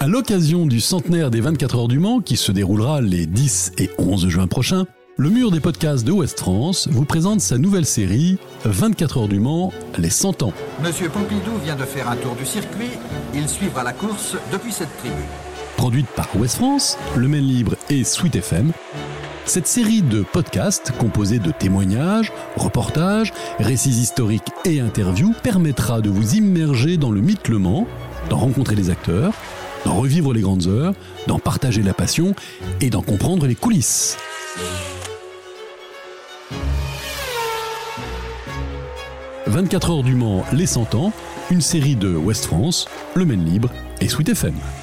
À l'occasion du centenaire des 24 heures du Mans, qui se déroulera les 10 et 11 juin prochains, le mur des podcasts de Ouest France vous présente sa nouvelle série 24 heures du Mans, les 100 ans. Monsieur Pompidou vient de faire un tour du circuit. Il suivra la course depuis cette tribune. Produite par Ouest France, Le Maine Libre et Sweet FM, cette série de podcasts composée de témoignages, reportages, récits historiques et interviews permettra de vous immerger dans le mythe Le Mans, d'en rencontrer les acteurs, d'en revivre les grandes heures, d'en partager la passion et d'en comprendre les coulisses. « 24 heures du Mans, les 100 ans », une série de Ouest France, Le Maine Libre et Sweet FM.